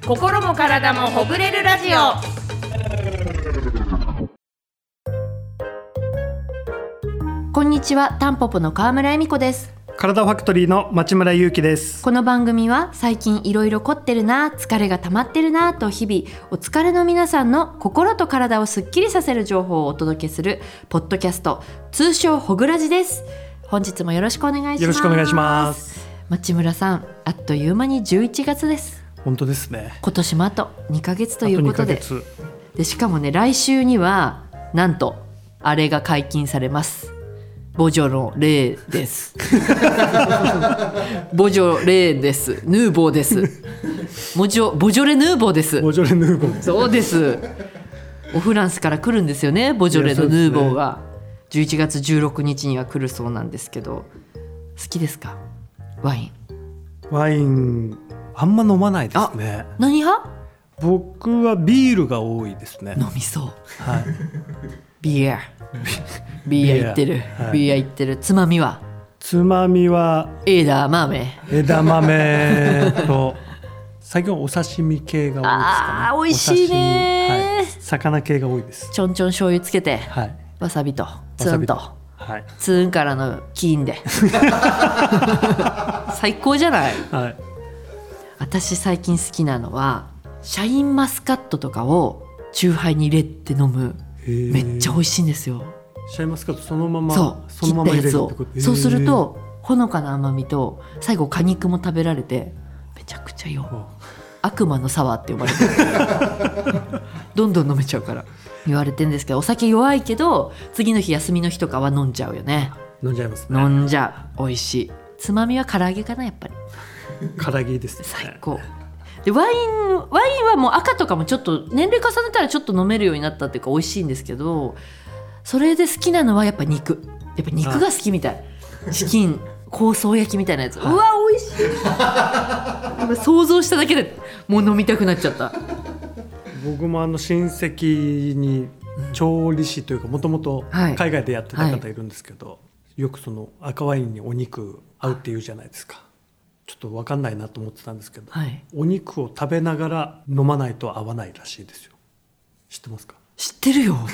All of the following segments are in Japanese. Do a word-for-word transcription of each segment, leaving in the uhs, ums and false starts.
心も体もほぐれるラジオ。 こんにちは、タンポポの川村恵美子です。 体ファクトリーの町村祐樹です。 この番組は最近いろいろ凝ってるな、疲れが溜まってるなと日々お疲れの皆さんの心と体をすっきりさせる情報をお届けするポッドキャスト、通称ほぐラジです。本日もよろしくお願いします。 よろしくお願いします。 町村さん、あっという間にじゅういちがつです。 本当ですね。 今年もあとにかげつということで、でしかもね、来週にはなんとあれが解禁されます。ボジョのレーです。ボジョレーです。ヌーボーです。ボジョ、ボジョレヌーボーです。 ボジョレヌーボー。 そうです。おフランスから来るんですよね、ボジョレのヌーボーが。じゅういちがつじゅうろくにちには来るそうなんですけど、好きですか？ワイン。 ワインあんま飲まないですね。 何派？ 僕はビールが多いですね。 飲みそう。 はい。 ビア。ビアいってる、はい、ビアいってる。つまみはつまみは枝豆枝豆と最近はお刺身系が多いですかね。 あー美味しいね、 はい、魚系が多いです。 ちょんちょん醤油つけて、 はい、 わさびとツーンと、 はい、 ツーンからのキーンで最高じゃない、 はい、 私最近好きなのはシャインマスカットとかをチューハイに入れて飲む。めっちゃ美味しいんですよ。 シャインマスカットそのままそうそのまま入れるってこと。 そうするとほのかな甘みと最後果肉も食べられてめちゃくちゃよ。悪魔のサワーって呼ばれてるどんどん飲めちゃうから言われてるんですけど、お酒弱いけど次の日休みの日とかは飲んじゃうよね。 飲んじゃいますね。 飲んじゃう。美味しい。つまみは唐揚げかな、やっぱり唐揚げですね。 最高で、ワイン、ワインはもう赤とかもちょっと年齢重ねたらちょっと飲めるようになったっていうか美味しいんですけど、それで好きなのはやっぱ肉。やっぱ肉が好きみたい。チキン香草焼きみたいなやつ、うわ美味しい想像しただけでもう飲みたくなっちゃった。 僕もあの親戚に調理師というかもともと海外でやってた方いるんですけど、はい、よくその赤ワインにお肉合うって言うじゃないですか。ちょっと分かんないなと思ってたんですけど、はい、お肉を食べながら飲まないと合わないらしいですよ。知ってますか？ 知ってるよ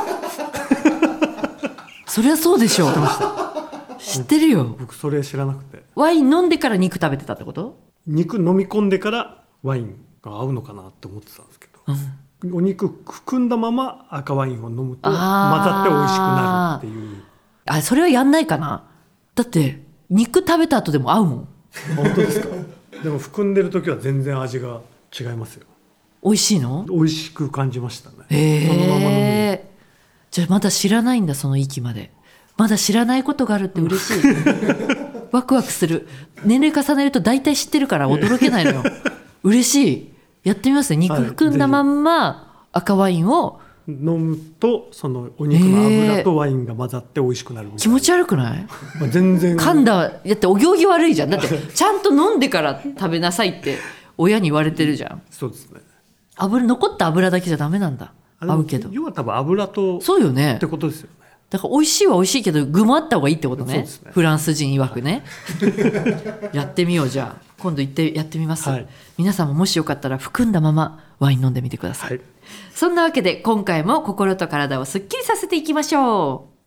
そりゃそうでしょう。知ってるよ。 僕それ知らなくて。 ワイン飲んでから肉食べてたってこと？ 肉飲み込んでからワインが合うのかなって思ってたんですけど、うん、お肉含んだまま赤ワインを飲むと混ざって美味しくなるっていう。 あ、それはやんないかな。だって肉食べた後でも合うもん。 本当ですか？でも含んでる時は全然味が違いますよ。 美味しいの？ 美味しく感じましたね。 へー、 そのまま飲む。 じゃあまだ知らないんだ、その域まで。まだ知らないことがあるって嬉しいワクワクする。年齢重ねると大体知ってるから驚けないのよ嬉しい。やってみますね。肉含んだまんま赤ワインを飲むとそのお肉の油とワインが混ざって美味しくなるみたいな。 気持ち悪くない？ まあ、全然噛んだ。だってお行儀悪いじゃん。だってちゃんと飲んでから食べなさいって親に言われてるじゃん。 そうですね。 油残った油だけじゃダメなんだ。合うけど要は多分油とそうよねってことですよね。 だから美味しいは美味しいけど具もあった方がいいってこと ね, そうですね。 フランス人曰くねやってみよう。じゃあ今度行ってやってみます、はい、皆さんももしよかったら含んだままワイン飲んでみてください、はい、そんなわけで今回も心と体をすっきりさせていきましょう。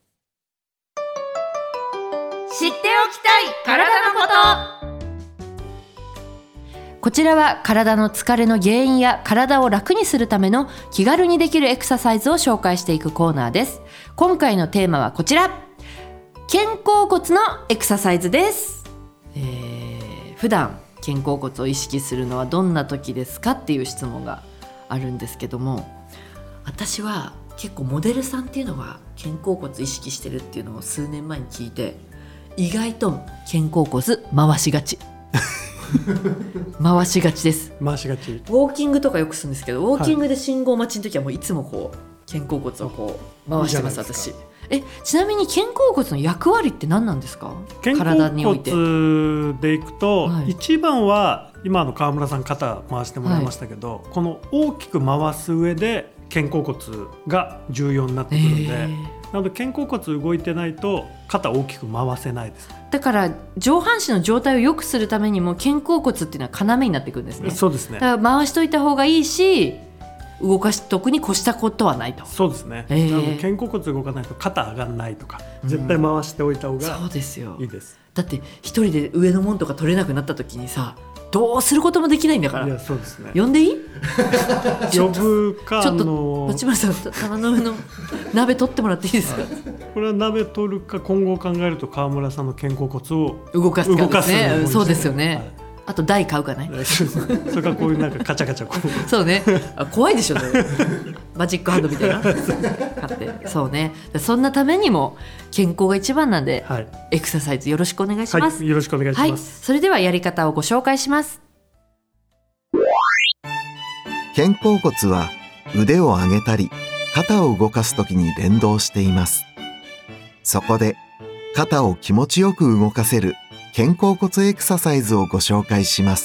知っておきたい体のこと。 こちらは体の疲れの原因や体を楽にするための気軽にできるエクササイズを紹介していくコーナーです。今回のテーマはこちら、肩甲骨のエクササイズです、えー、普段肩甲骨を意識するのはどんな時ですかっていう質問があるんですけども、私は結構モデルさんっていうのが肩甲骨意識してるっていうのを数年前に聞いて、意外と肩甲骨回しがち回しがちです。 回しがち。 ウォーキングとかよくするんですけど、ウォーキングで信号待ちの時はもういつもこう肩甲骨をこう回してます。いい私えちなみに肩甲骨の役割って何なんですか？体において。 肩甲骨でいくと、はい、一番は今の川村さん肩回してもらいましたけど、はい、この大きく回す上で肩甲骨が重要になってくるので、 なので肩甲骨動いてないと肩大きく回せないです。 だから上半身の状態を良くするためにも肩甲骨っていうのは要になってくるんですね。 そうですね。 だから回しといた方がいいし、動かし特に越したことはないと。 そうですね、えー、なので肩甲骨動かないと肩上がらないとか、うん、絶対回しておいた方がいいです。 そうですよ。 いいです。 だって一人で上のもんとか取れなくなった時にさ、どうすることもできないんだから。 いやそうですね。 呼んでいい呼ぶか、 ちょっと町村さん棚の上の鍋取ってもらっていいですか。 これは鍋取るか、今後考えると川村さんの肩甲骨を動かすかですね。 動かすそうですよね、 はい、 あと台買うかね。 それからこういうなんかカチャカチャこうそうね、あ怖いでしょ、ね、マジックハンドみたいな買ってそうね。そんなためにも健康が一番なんで、はい、エクササイズよろしくお願いします、 はい、よろしくお願いします、はい、 それではやり方をご紹介します。 肩甲骨は腕を上げたり肩を動かすときに連動しています。そこで肩を気持ちよく動かせる肩甲骨エクササイズをご紹介します。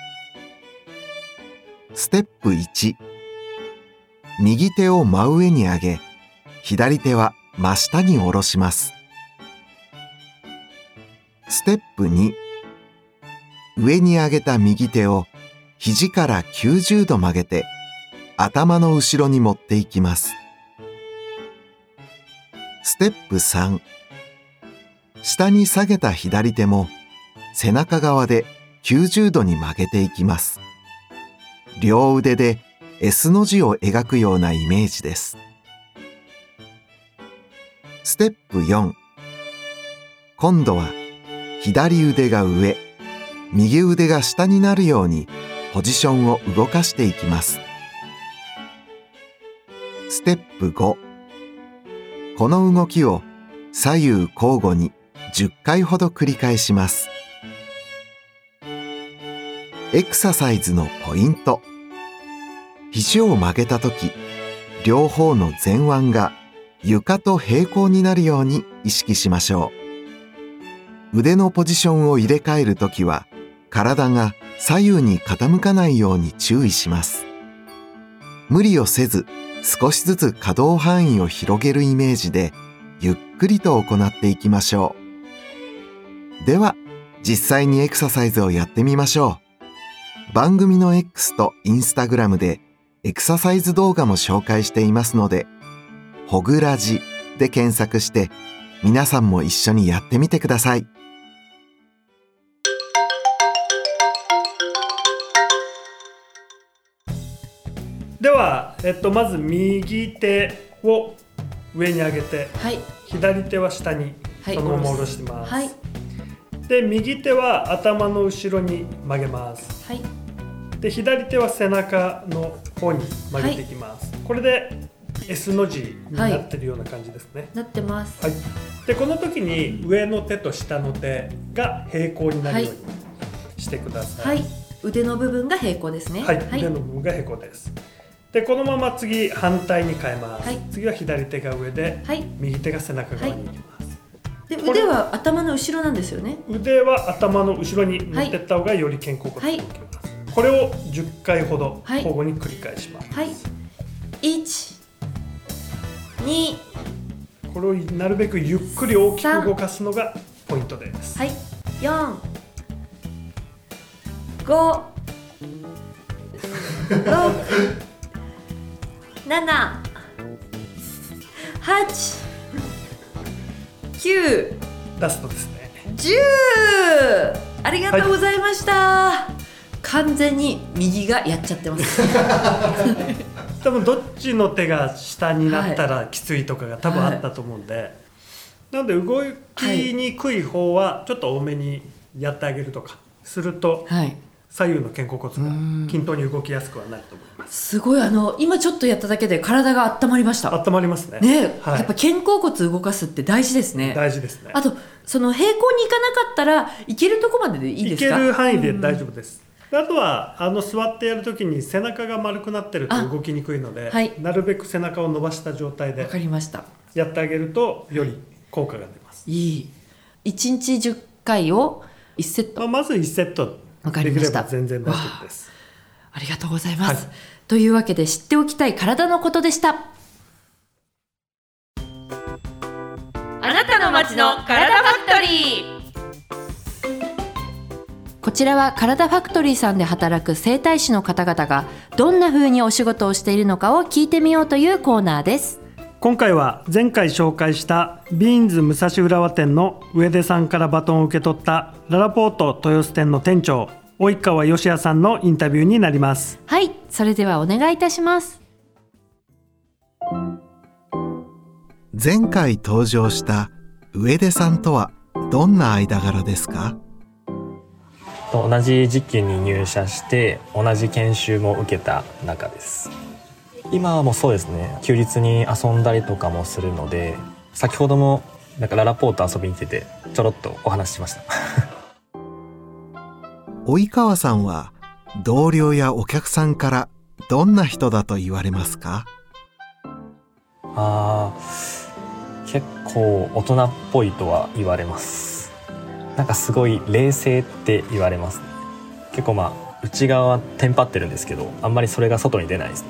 ステップいち、右手を真上に上げ、左手は真下に下ろします。ステップに、上に上げた右手を肘からきゅうじゅうど曲げて頭の後ろに持っていきます。ステップさん、下に下げた左手も背中側できゅうじゅうどに曲げていきます。両腕で エス の字を描くようなイメージです。ステップよん、今度は左腕が上、右腕が下になるようにポジションを動かしていきます。ステップご、この動きを左右交互にじゅっかいほど繰り返します。エクササイズのポイント。肘を曲げたとき、両方の前腕が床と平行になるように意識しましょう。腕のポジションを入れ替えるときは、体が左右に傾かないように注意します。無理をせず、少しずつ可動範囲を広げるイメージで、ゆっくりと行っていきましょう。では、実際にエクササイズをやってみましょう。番組の X と Instagram でエクササイズ動画も紹介していますので、ほぐらじで検索して、皆さんも一緒にやってみてください。 では、えっと、まず右手を上に上げて、はい、左手は下にそのまま下ろします、はい、で右手は頭の後ろに曲げます、はい、で左手は背中の方に曲げていきます、はい、これで エス の字になってるような感じですね、 はい、なってます、 はい、でこの時に上の手と下の手が平行になるようにしてください、はい、 腕の部分が平行ですね。 はい、はい、腕の部分が平行です。でこのまま次反対に変えます、はい、次は左手が上で、はい、右手が背中側に行きます、 はい、で腕は頭の後ろなんですよね。 腕は頭の後ろに持っていった方がより肩甲骨が動きます、はい、これをじゅっかいほど交互に繰り返します、はいはい、 いち、に、 これをなるべくゆっくり大きく動かすのがポイントです。 はい、よん、ご、ろく、なな、はち、きゅう、 ラストですね。 じゅう、ありがとうございました、はい、完全に右がやっちゃってます多分どっちの手が下になったらきついとかが多分あったと思うんで、はい、なので動きにくい方はちょっと多めにやってあげるとかすると、はい、左右の肩甲骨が均等に動きやすくはなると思います。 すごい、あの今ちょっとやっただけで体が温まりました。 温まりますね。 ね、はい、やっぱ肩甲骨動かすって大事ですね。 大事ですね。 あとその平行に行かなかったらいけるとこまででいいですか？ いける範囲で大丈夫です。あとはあの座ってやるときに背中が丸くなってると動きにくいので、はい、なるべく背中を伸ばした状態でやってあげるとより効果が出ます。 いい。いちにちじゅっかいをいちセット。 まあ、まずいちセットできれば全然大丈夫です。 ありがとうございます、はい、というわけで知っておきたい体のことでした。 の町の体ファクトリー。 こちらは体ファクトリーさんで働く整体師の方々がどんな風にお仕事をしているのかを聞いてみようというコーナーです。 今回は前回紹介したビーンズ武蔵浦和店の上出さんからバトンを受け取ったララポート豊洲店の店長及川義也さんのインタビューになります。 はい、それではお願いいたします。 前回登場した上出さんとはどんな間柄ですか？ 同じ時期に入社して同じ研修も受けた仲です。今はもうそうですね、休日に遊んだりとかもするので、先ほどもなんかララポート遊びに来ててちょろっとお話ししました及川さんは同僚やお客さんからどんな人だと言われますか？ あー、結構大人っぽいとは言われます。なんかすごい冷静って言われます。結構まあ内側はテンパってるんですけど、あんまりそれが外に出ないですね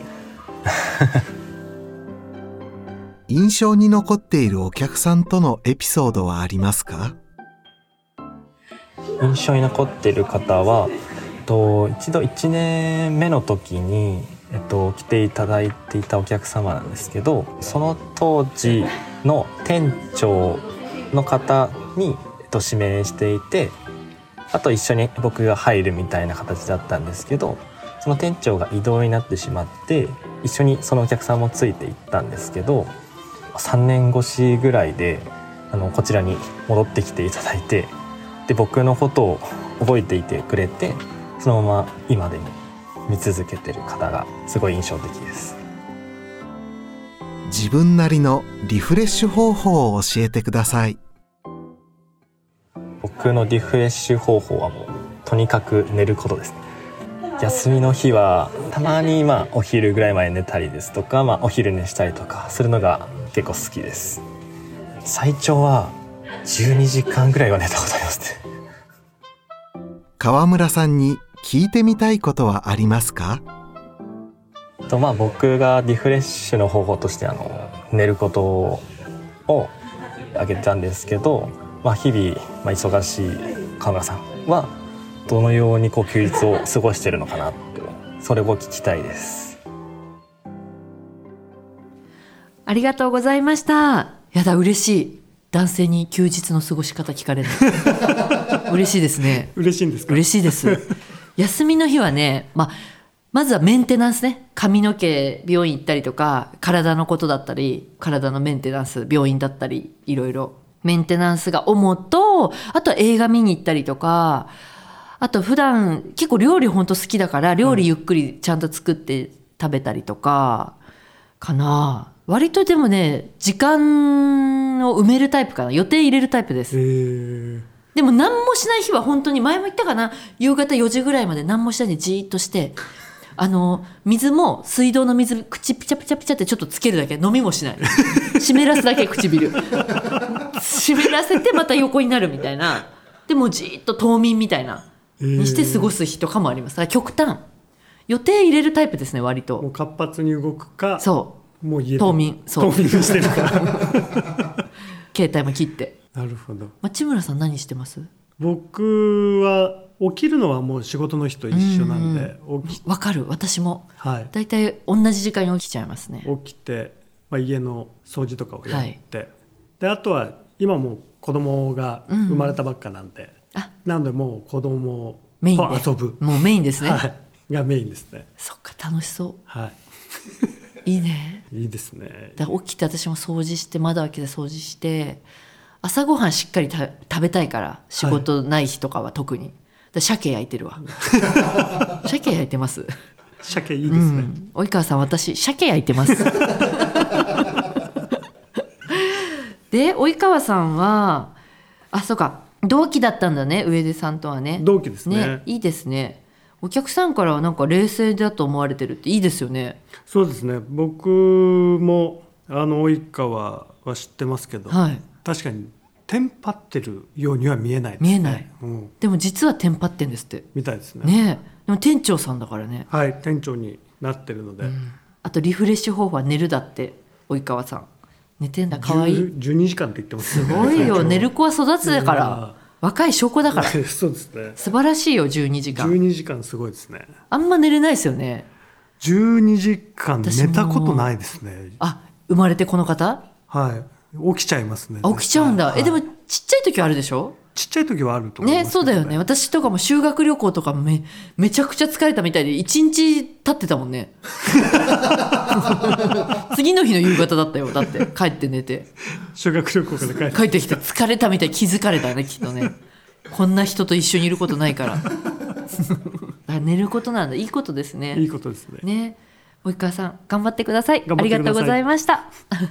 印象に残っているお客さんとのエピソードはありますか？ 印象に残っている方は、えっと、一度いちねんめの時に、えっと、来ていただいていたお客様なんですけど、その当時の店長の方にと指名していて、あと一緒に僕が入るみたいな形だったんですけど、その店長が異動になってしまって一緒にそのお客さんもついていったんですけど、さんねん越しぐらいであのこちらに戻ってきていただいて、で僕のことを覚えていてくれて、そのまま今でも見続けてる方がすごい印象的です。 自分なりのリフレッシュ方法を教えてください。 僕のリフレッシュ方法はもうとにかく寝ることですね。休みの日はたまにまあお昼ぐらいまで寝たりですとか、まあ、お昼寝したりとかするのが結構好きです。最長はじゅうにじかんぐらいは寝たことありますね。 川村さんに聞いてみたいことはありますか？ とまあ僕がリフレッシュの方法としてあの寝ることを挙げたんですけど、まあ、日々、まあ、忙しい川村さんはどのようにこう休日を過ごしているのかなって、それを聞きたいです。 ありがとうございました。やだ、嬉しい。男性に休日の過ごし方聞かれる嬉しいですね。 嬉しいんですか？ 嬉しいです休みの日はね、まあ、まずはメンテナンスね。髪の毛病院行ったりとか、体のことだったり、体のメンテナンス病院だったり、いろいろメンテナンスが主と、あとは映画見に行ったりとか、あと普段結構料理ほんと好きだから料理ゆっくりちゃんと作って食べたりとかかな。割とでもね、時間を埋めるタイプかな。予定入れるタイプです。 へー。 でも何もしない日は本当に前も言ったかな、夕方よじぐらいまで何もしないでじーっとして、あの水も水道の水口ピチャピチャピチャってちょっとつけるだけ、飲みもしない湿らすだけ唇湿らせてまた横になるみたいな。でもじーっと冬眠みたいなにして過ごす日とかもあります。だから極端、予定入れるタイプですね。割ともう活発に動くか、 そうもう家で冬眠、そう冬眠してるか携帯も切って。 なるほど。 町村さん何してます？ 僕は起きるのはもう仕事の日と一緒なんで、起きわかる。私もはい、 だいたい同じ時間に起きちゃいますね。 起きて、まあ、家の掃除とかをやって、 はい、 であとは今もう子供が生まれたばっかなんで、うん、なのでもう子供と遊ぶ、 もうメインですね、 はい、がメインですね。 そっか、楽しそう、 はいいいね。 いいですね。 だから起きて私も掃除して、窓開けて掃除して、朝ごはんしっかりた食べたいから、仕事ない日とかは特に、はい、だ鮭焼いてるわ鮭焼いてます。 鮭いいですね、うん、 及川さん、私鮭焼いてますで及川さんはあ、そうか、同期だったんだね、上出さんとはね。 同期です ね, ね、いいですね。お客さんからはなんか冷静だと思われてるっていいですよね。 そうですね。僕もあの及川は知ってますけど、はい、確かにテンパってるようには見えないですね。 見えない、うん、でも実はテンパってんですってみたいですね。 ね、でも店長さんだからね。 はい、店長になってるので、うん、 あとリフレッシュ方法は寝るだって及川さん。 寝てんだ。かわいい。 じゅうにじかんって言ってますすごいよ。寝る子は育つだから若い証拠だからそうですね。 素晴らしいよ。じゅうにじかんじゅうにじかんすごいですね。 あんま寝れないですよね。 じゅうにじかん寝たことないですね。 あ、生まれてこの方。 はい起きちゃいますね。 起きちゃうんだ、はい、えでもちっちゃい時はあるでしょ。 ちっちゃい時はあると思います、ね、 ね。そうだよね。私とかも修学旅行とかめめちゃくちゃ疲れたみたいで一日経ってたもんね次の日の夕方だったよ。だって帰って寝て修学旅行から帰って帰ってきて疲れたみたい。気づかれたねきっとね。こんな人と一緒にいることないからあ寝ることなんだ。いいことですね。 いいことですね。 ね。及川さん頑張ってください。 頑張ってください。 ありがとうございました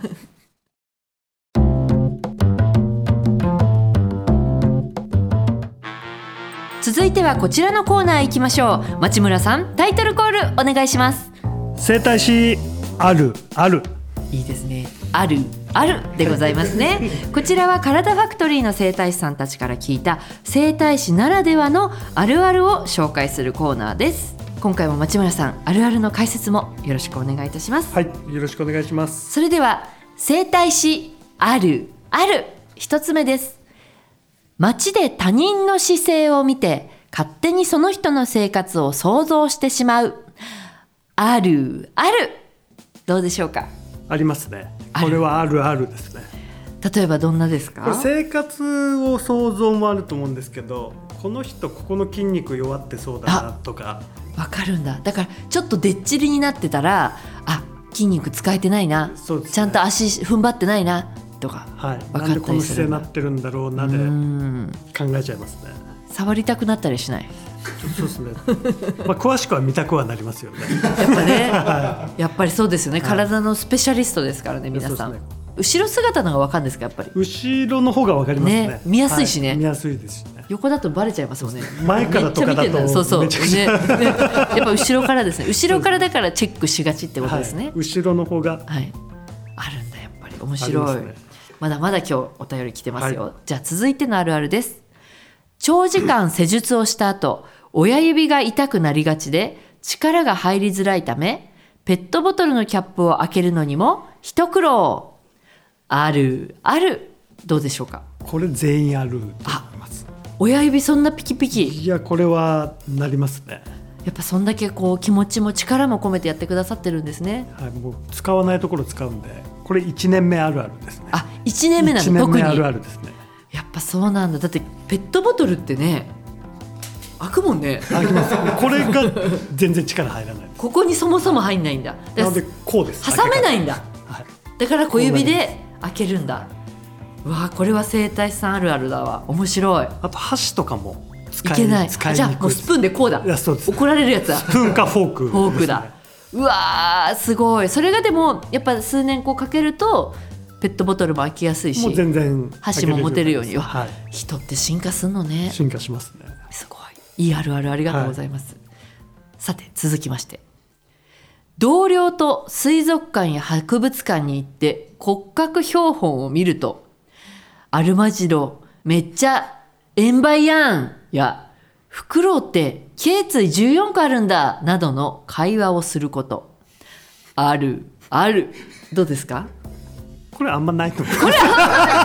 続いてはこちらのコーナー行きましょう。町村さんタイトルコールお願いします。 整体師あるある。 いいですね。あるあるでございますねこちらは体ファクトリーの整体師さんたちから聞いた整体師ならではのあるあるを紹介するコーナーです。今回も町村さんあるあるの解説もよろしくお願いいたします。 はいよろしくお願いします。 それでは整体師あるある一つ目です。街で他人の姿勢を見て勝手にその人の生活を想像してしまう。あるある。どうでしょうか。 ありますね。これはあるあるですね。 例えばどんなですか。 これ生活を想像もあると思うんですけど、この人ここの筋肉弱ってそうだなとか。 わかるんだ。だからちょっとでっちりになってたらあ筋肉使えてないな、 そうですね、 ちゃんと足踏ん張ってないなとか、 はい、 分かったりするんだ。 なんでこの姿勢になってるんだろうなで考えちゃいますね。 触りたくなったりしない。 そうですねまあ詳しくは見たくはなりますよねやっぱね、はい、やっぱりそうですよね。体のスペシャリストですからね皆さん、ね、後ろ姿の方が分かるんですか。やっぱり後ろの方が分かります ね, ね見やすいしね、 はい、見やすいですしね。 横だとバレちゃいますもんね。 前からとかだとそうそうめちゃくちゃ、 ねね、やっぱ後ろからですね。後ろからだからチェックしがちってことですね、 はい、後ろの方が、 はい、あるんだ。やっぱり面白い、ね、まだまだ今日お便り来てますよ、はい、じゃあ続いてのあるあるです。長時間施術をした後親指が痛くなりがちで力が入りづらいためペットボトルのキャップを開けるのにも一苦労。あるある。どうでしょうか。 これ全員あると思います。 親指そんなピキピキ。 いやこれはなりますね。 やっぱそんだけこう気持ちも力も込めてやってくださってるんですね、 はい、もう使わないところ使うんでこれいちねんめあるあるですね。 あいちねんめなの。 いちねんめ特にあるあるですね。 やっぱそうなんだ。だってペットボトルってね開くもんね。 開きますこれが全然力入らないです。 ここにそもそも入んないんだ。 なのでこうです。 挟めないんだ、 はい、 だから小指で開けるんだ。うわこれは整体師さんあるあるだわ。面白い。 あと箸とかも使いいけない。 使いにくい。 じゃあもうスプーンでこうだ。 いやそうです。 怒られるやつだ。 スプーンかフォーク、ね、 フォークだ。うわすごい。それがでもやっぱ数年こうかけるとペットボトルも開きやすいしもう全然箸も持てるように、 はい、 人って進化するのね。 進化しますね。 すごいいいあるあるありがとうございます、はい、さて続きまして、同僚と水族館や博物館に行って骨格標本を見るとアルマジロめっちゃ円売やんやフクロウって頸椎じゅうよんこあるんだなどの会話をすること。あるある。どうですか。 これあんまないと思う。 これこれないん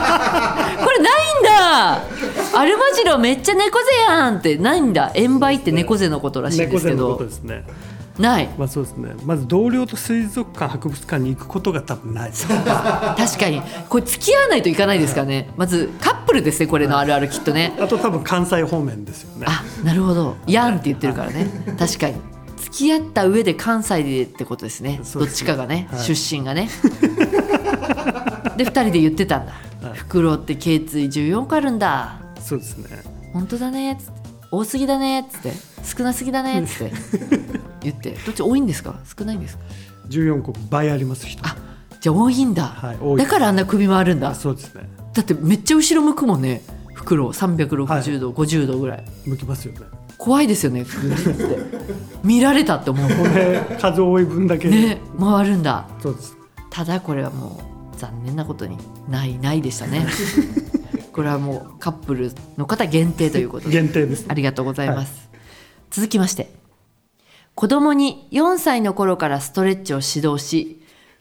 だ。アルマジロめっちゃ猫背やんってないんだ。円売って猫背のことらしいんですけど。 猫背のことですね。 ない。 まあそうですね。まず同僚と水族館博物館に行くことが多分ない。 確かにこれ付き合わないといかないですかね。まずカップルですねこれのあるあるきっとね。 あと多分関西方面ですよね。 あなるほど。やんって言ってるからね。確かに付き合った上で関西でってことですね。どっちかがね、はい、出身がねでふたりで言ってたんだ、はい、フクロウって頸椎じゅうよんこあるんだ。 そうですね。 本当だねつって多すぎだねつって少なすぎだねつって言ってどっち多いんですか少ないんですか。 じゅうよんこ倍あります人。 あじゃあ多いんだ、はい、多いだからあんな首回るんだ。 そうですね。 だってめっちゃ後ろ向くもんねフクロウさんびゃくろくじゅうど、はい、ごじゅうどぐらい向きますよね。 怖いですよねって見られたって思う。 これ数多い分だけね回るんだ。 そうです。 ただこれはもう残念なことにないないでしたねこれはもうカップルの方限定ということで限定です、ね、 ありがとうございます、はい、続きまして、子供によんさいの頃からストレッチを指導し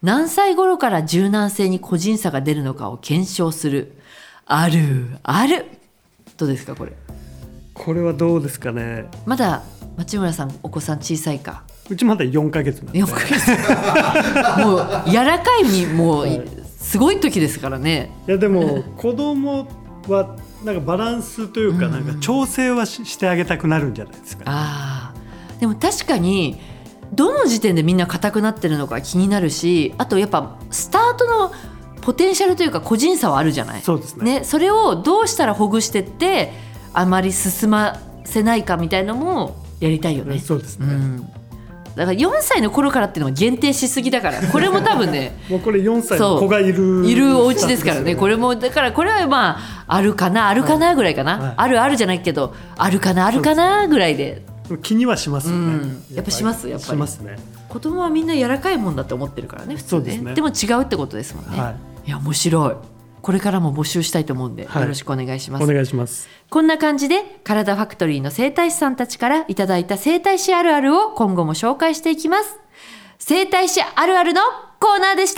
何歳頃から柔軟性に個人差が出るのかを検証する。あるある。どうですかこれ。 これはどうですかね。 まだ町村さんお子さん小さいか。 うちまだよんかげつなんでよんかげつもう柔らかいにもう、はい、すごい時ですからね。 いやでも子供はなんかバランスというか、なんか調整は し, してあげたくなるんじゃないですか、ね、 あでも確かにどの時点でみんな硬くなってるのか気になるし、あとやっぱスタートのポテンシャルというか個人差はあるじゃない。 そうですね。 ね、それをどうしたらほぐしてってあまり進ませないかみたいなのもやりたいよね。 そうですね、 うん、だからよんさいの頃からっていうのは限定しすぎだから、これも多分ねもうこれよんさいの子がいるいるお家ですからね。これもだからこれはまああるかなあるかなぐらいかな、はい、あるあるじゃないけどあるかなあるかなぐらいで気にはしますよね、うん、 やっぱしますやっぱりしますね。 子供はみんな柔らかいもんだって思ってるからね普通ね。そうですね。でも違うってことですもんね、はい、いや面白い。これからも募集したいと思うんで、はい、よろしくお願いします。 お願いします。 こんな感じで体ファクトリーの整体師さんたちからいただいた整体師あるあるを今後も紹介していきます。整体師あるあるのコーナーでした。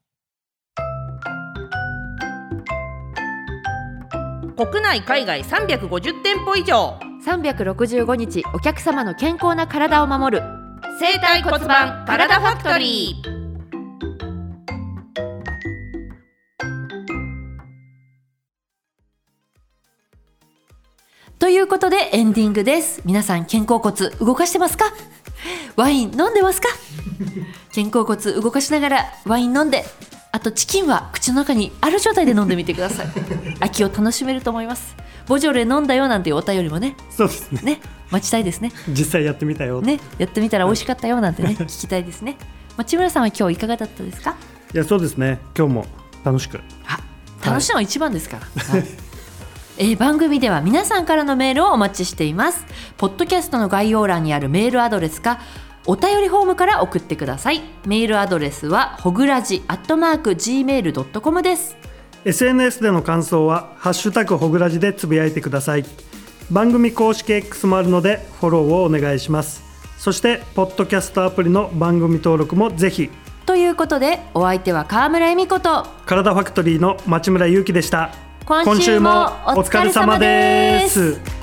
国内海外さんびゃくごじゅってんぽ以上、 さんびゃくろくじゅうごにちお客様の健康な体を守る整体骨盤体ファクトリー。 ということでエンディングです。皆さん肩甲骨動かしてますか？ワイン飲んでますか？肩甲骨動かしながらワイン飲んで、あとチキンは口の中にある状態で飲んでみてください。秋を楽しめると思います。ボジョレ飲んだよなんていうお便りもね、 そうですね、 ね待ちたいですね。 実際やってみたよ、 ね、やってみたら美味しかったよなんてね聞きたいですね。町村さんは今日いかがだったですか？ いやそうですね、今日も楽しく、 あ楽しいのが一番ですから、はいはいえー、番組では皆さんからのメールをお待ちしています。ポッドキャストの概要欄にあるメールアドレスかお便りフォームから送ってください。メールアドレスはほぐらじ アットマークジーメールドットコム です。 エスエヌエス での感想はハッシュタグほぐらじでつぶやいてください。番組公式 X もあるのでフォローをお願いします。そしてポッドキャストアプリの番組登録もぜひ。 ということでお相手は川村恵美子と体ファクトリーの町村祐樹でした。 今週もお疲れ様です。